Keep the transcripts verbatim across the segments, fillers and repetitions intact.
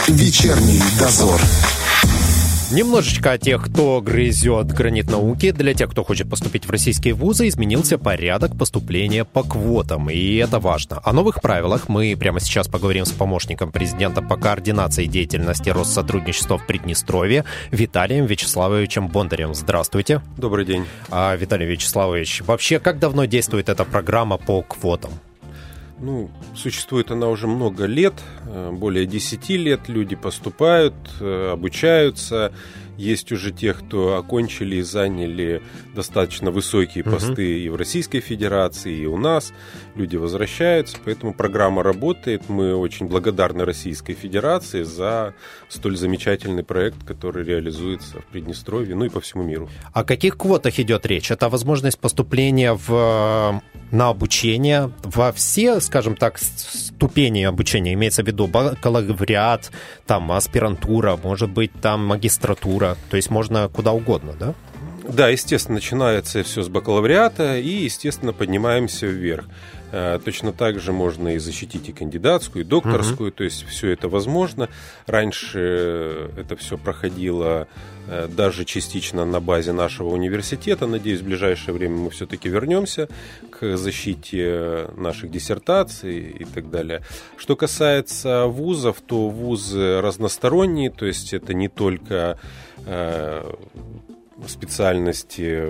Вечерний дозор. Немножечко о тех, кто грызет гранит науки. Для тех, кто хочет поступить в российские вузы, изменился порядок поступления по квотам, и это важно. О новых правилах мы прямо сейчас поговорим с помощником президента по координации деятельности Россотрудничества в Приднестровье Виталием Вячеславовичем Бондарем. Здравствуйте. Добрый день. А, Виталий Вячеславович, вообще, как давно действует эта программа по квотам? Ну, существует она уже много лет, более десяти лет. Люди поступают, обучаются. Есть уже те, кто окончили и заняли достаточно высокие посты uh-huh. и в Российской Федерации, и у нас. Люди возвращаются, поэтому программа работает. Мы очень благодарны Российской Федерации за столь замечательный проект, который реализуется в Приднестровье, ну и по всему миру. О каких квотах идет речь? Это возможность поступления в, на обучение во все, скажем так, ступени обучения, имеется в виду бакалавриат, там, аспирантура, может быть, там магистратура. То есть можно куда угодно, да? Да, естественно, начинается все с бакалавриата и, естественно, поднимаемся вверх. Точно так же можно и защитить и кандидатскую, и докторскую, uh-huh. то есть все это возможно. Раньше это все проходило даже частично на базе нашего университета. Надеюсь, в ближайшее время мы все-таки вернемся к защите наших диссертаций и так далее. Что касается вузов, то вузы разносторонние, то есть это не только специальности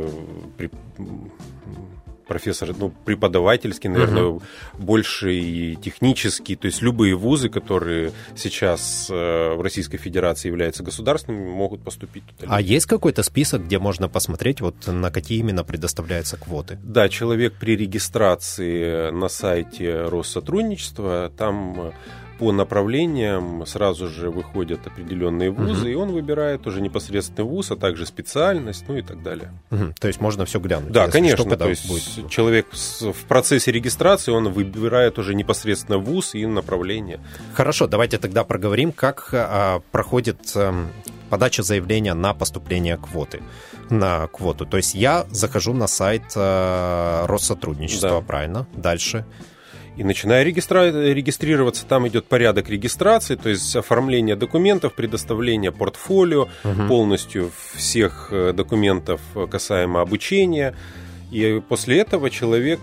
профессор, ну, преподавательский, наверное, uh-huh. больше и технический, то есть любые вузы, которые сейчас в Российской Федерации являются государственными, могут поступить туда. А есть какой-то список, где можно посмотреть, вот на какие именно предоставляются квоты? Да, человек при регистрации на сайте Россотрудничества, там по направлениям сразу же выходят определенные вузы, uh-huh. и он выбирает уже непосредственный вуз, а также специальность, ну и так далее. Uh-huh. То есть можно все глянуть? Да, конечно. Что, то есть будет... человек в процессе регистрации, он выбирает уже непосредственно вуз и направление. Хорошо, давайте тогда проговорим, как а, проходит а, подача заявления на поступление квоты, на квоту. То есть я захожу на сайт а, Россотрудничества, да. Правильно? Дальше... И начиная регистра... регистрироваться, там идет порядок регистрации, то есть оформление документов, предоставление портфолио, угу. полностью всех документов касаемо обучения. И после этого человек,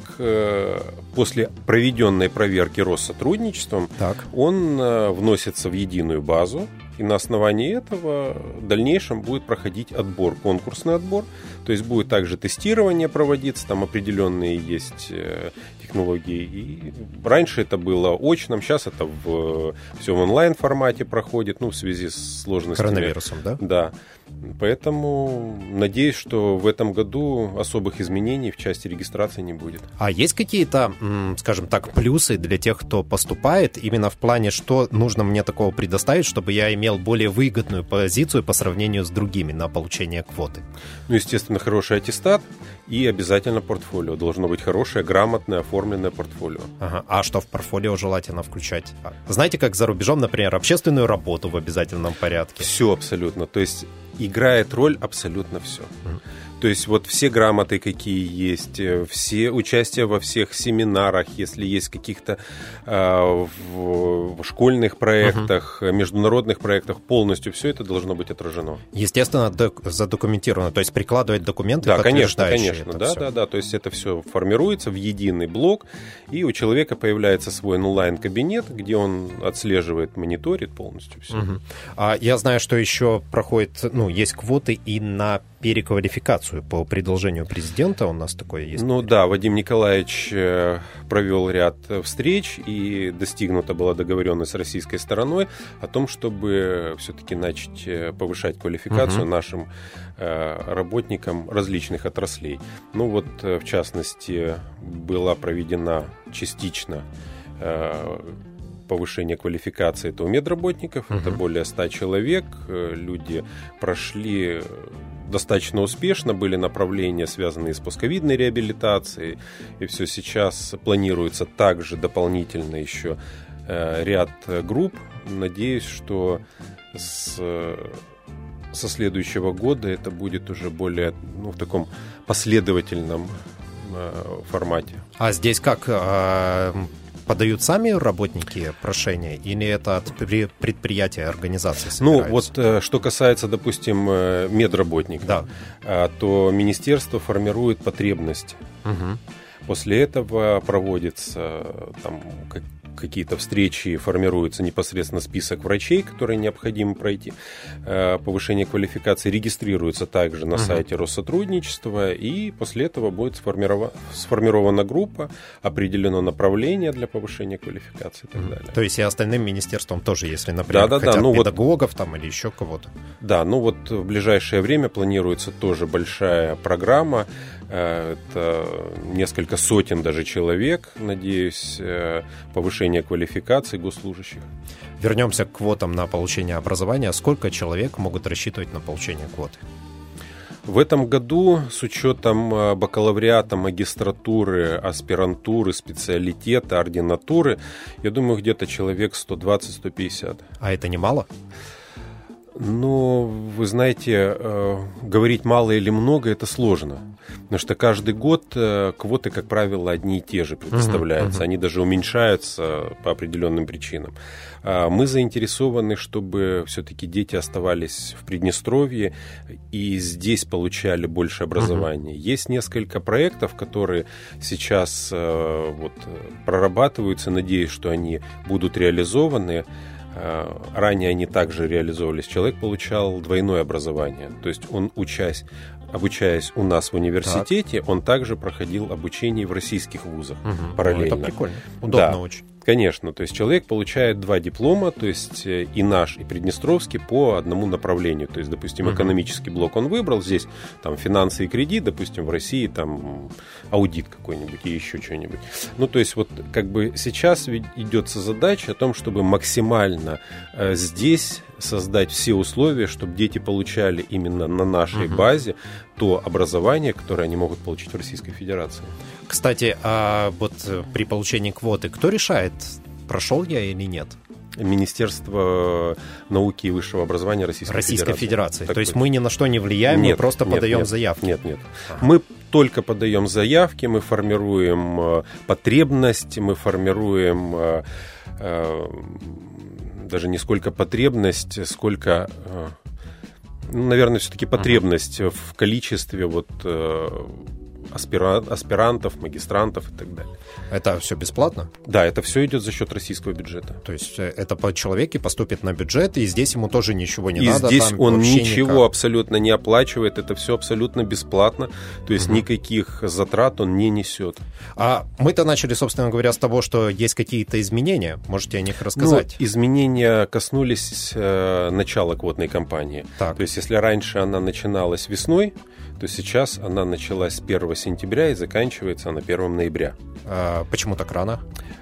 после проведенной проверки Россотрудничеством, так. он вносится в единую базу. И на основании этого в дальнейшем будет проходить отбор, конкурсный отбор. То есть будет также тестирование проводиться, там определенные есть технологии. И раньше это было очным, сейчас это в, все в онлайн-формате проходит, ну, в связи с сложностями. Коронавирусом, да? Да. Поэтому надеюсь, что в этом году особых изменений в части регистрации не будет. А есть какие-то, скажем так, плюсы для тех, кто поступает, именно в плане, что нужно мне такого предоставить, чтобы я имел более выгодную позицию по сравнению с другими на получение квоты? Ну, естественно, хороший аттестат и обязательно портфолио. Должно быть хорошее, грамотное, оформленное портфолио. Ага. А что в портфолио желательно включать? Знаете, как за рубежом, например, общественную работу в обязательном порядке? Все абсолютно. То есть играет роль абсолютно все. Mm. То есть вот все грамоты, какие есть, все участия во всех семинарах, если есть каких-то э, в, в школьных проектах, uh-huh. международных проектах, полностью все это должно быть отражено. Естественно, док- задокументировано, то есть прикладывать документы, да, конечно, подтверждающие конечно, это да, все. да, да, то есть это все формируется в единый блок, и у человека появляется свой онлайн-кабинет, где он отслеживает, мониторит полностью все. Uh-huh. А я знаю, что еще проходит, ну, есть квоты и на переквалификацию по предложению президента, у нас такое есть. Ну да, Вадим Николаевич провел ряд встреч, и достигнута была договоренность с российской стороной о том, чтобы все-таки начать повышать квалификацию uh-huh. нашим работникам различных отраслей. Ну вот, в частности, была проведена частично повышение квалификации, это у медработников, uh-huh. это более ста человек, люди прошли достаточно успешно, были направления, связанные с постковидной реабилитацией, и все сейчас планируется также дополнительно еще э, ряд групп. Надеюсь, что с, со следующего года это будет уже более, ну, в таком последовательном э, формате. А здесь как? подают сами работники прошения или это от предприятия, организации Ну, собирается? вот что касается, допустим, медработников, да. то министерство формирует потребности. Угу. После этого проводятся там, какие-то встречи, формируется непосредственно список врачей, которые необходимо пройти. Повышение квалификации регистрируется также на uh-huh. сайте Россотрудничества, и после этого будет сформирована, сформирована группа, определено направление для повышения квалификации и так uh-huh. далее. То есть и остальным министерствам тоже, если, например, да, да, хотят да. Ну, педагогов вот, там или еще кого-то? Да, ну вот в ближайшее время планируется тоже большая программа. Это несколько сотен даже человек, надеюсь, повышение квалификации госслужащих. Вернемся к квотам на получение образования. Сколько человек могут рассчитывать на получение квоты? В этом году с учетом бакалавриата, магистратуры, аспирантуры, специалитета, ординатуры, я думаю, где-то человек сто двадцать - сто пятьдесят. А это немало? Ну, вы знаете, э, говорить мало или много – это сложно. Потому что каждый год э, квоты, как правило, одни и те же предоставляются. Uh-huh, uh-huh. Они даже уменьшаются по определенным причинам. А мы заинтересованы, чтобы все-таки дети оставались в Приднестровье и здесь получали больше образования. Uh-huh. Есть несколько проектов, которые сейчас э, вот, прорабатываются. Надеюсь, что они будут реализованы. Ранее они также реализовывались. Человек получал двойное образование. То есть он, учась, обучаясь у нас в университете, так. он также проходил обучение в российских вузах угу. параллельно. Ну, это прикольно. Удобно да. очень. Конечно, то есть человек получает два диплома, то есть и наш, и приднестровский по одному направлению. То есть, допустим, uh-huh. экономический блок он выбрал, здесь там финансы и кредит, допустим, в России там аудит какой-нибудь и еще что-нибудь. Ну, то есть вот как бы сейчас идется задача о том, чтобы максимально э, здесь создать все условия, чтобы дети получали именно на нашей uh-huh. базе то образование, которое они могут получить в Российской Федерации. Кстати, а вот при получении квоты кто решает, прошел я или нет? Министерство науки и высшего образования Российской, Российской Федерации. Федерации. Так то есть точно. Мы ни на что не влияем, нет, мы просто нет, подаем нет, заявки. Нет, нет. Ага. Мы только подаем заявки, мы формируем потребность, мы формируем э, э, даже не сколько потребность, сколько... Э, ну, наверное, все-таки потребность uh-huh. в количестве вот... Э, аспирантов, магистрантов и так далее. Это все бесплатно? Да, это все идет за счет российского бюджета. То есть это по человеке поступит на бюджет, и здесь ему тоже ничего не и надо? И здесь там он ничего никак. абсолютно не оплачивает, это все абсолютно бесплатно, то есть угу. никаких затрат он не несет. А мы-то начали, собственно говоря, с того, что есть какие-то изменения. Можете о них рассказать? Ну, изменения коснулись э, начала квотной кампании. Так. То есть если раньше она начиналась весной, то сейчас она началась с первого сентября и заканчивается она первого ноября. А почему так рано?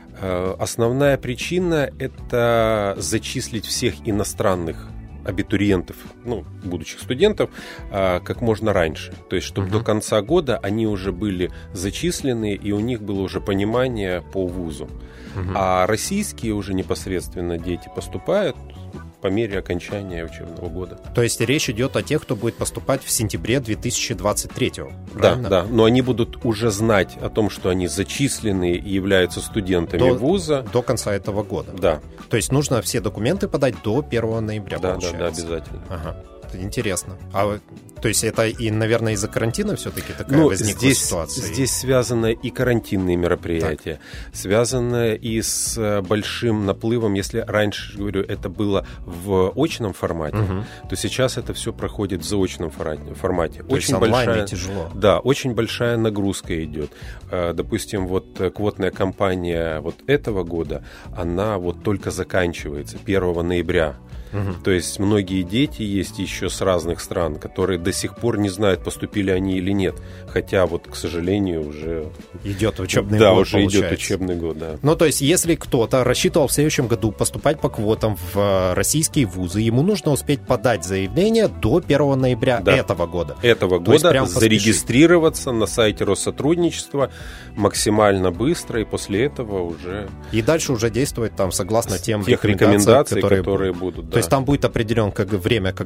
Основная причина – это зачислить всех иностранных абитуриентов, ну, будущих студентов, как можно раньше. То есть, чтобы uh-huh. до конца года они уже были зачислены, и у них было уже понимание по вузу. Uh-huh. А российские уже непосредственно дети поступают по мере окончания учебного года. То есть речь идет о тех, кто будет поступать в сентябре две тысячи двадцать третьего, правильно? Да, да, но они будут уже знать о том, что они зачислены и являются студентами до, вуза. До конца этого года? Да. То есть нужно все документы подать до первого ноября, да, получается? Да, да, обязательно. Ага. Интересно. А, то есть это и, наверное, из-за карантина все-таки такая ну, возникла здесь, ситуация? Здесь связано и карантинные мероприятия, так. связано и с большим наплывом. Если раньше, говорю, это было в очном формате, угу. то сейчас это все проходит в заочном формате. То очень есть онлайн большая, тяжело. Да, очень большая нагрузка идет. Допустим, вот квотная кампания вот этого года, она вот только заканчивается первого ноября. Угу. То есть многие дети есть еще с разных стран, которые до сих пор не знают, поступили они или нет. Хотя вот, к сожалению, уже... Идет учебный да, год, уже получается. идет учебный год, да. Ну, то есть, если кто-то рассчитывал в следующем году поступать по квотам в российские вузы, ему нужно успеть подать заявление до первого ноября да. этого года. Этого то года зарегистрироваться на сайте Россотрудничества максимально быстро, и после этого уже... И дальше уже действовать там согласно тем тех рекомендациям, рекомендаций, которые, которые будут. Да. То есть там будет определен как время, когда будет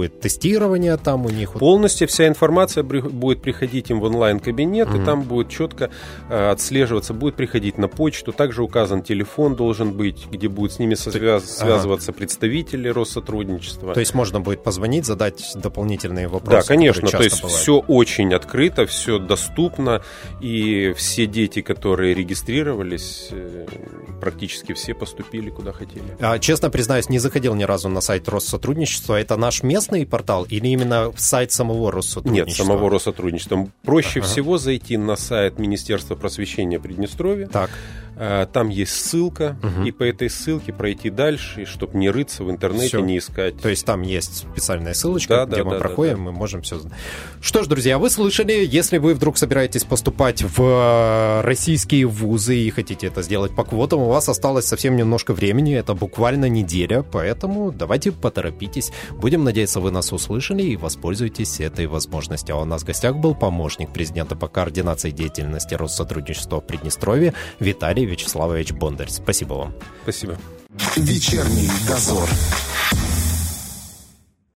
будет тестирование там у них? Полностью вся информация будет приходить им в онлайн-кабинет, угу. и там будет четко э, отслеживаться, будет приходить на почту. Также указан телефон должен быть, где будут с ними связ- связываться ага. представители Россотрудничества. То есть можно будет позвонить, задать дополнительные вопросы? Да, конечно. То есть бывают. Все очень открыто, все доступно, и все дети, которые регистрировались, практически все поступили куда хотели. А, честно признаюсь, не заходил ни разу на сайт Россотрудничества. Это наш местный портал или именно сайт самого Россотрудничества? Нет, самого Россотрудничества. Проще ага. всего зайти на сайт Министерства просвещения Приднестровья. Так. Там есть ссылка, угу. и по этой ссылке пройти дальше, чтобы не рыться в интернете, все. Не искать. То есть там есть специальная ссылочка, да, где да, мы да, проходим, да, да. мы можем все... Что ж, друзья, вы слышали, если вы вдруг собираетесь поступать в российские вузы и хотите это сделать по квотам, у вас осталось совсем немножко времени, это буквально неделя, поэтому давайте поторопитесь. Будем надеяться, вы нас услышали и воспользуйтесь этой возможностью. А у нас в гостях был помощник президента по координации деятельности Россотрудничества в Приднестровье Виталий Вячеславович Бондарь. Спасибо вам. Спасибо. Вечерний дозор.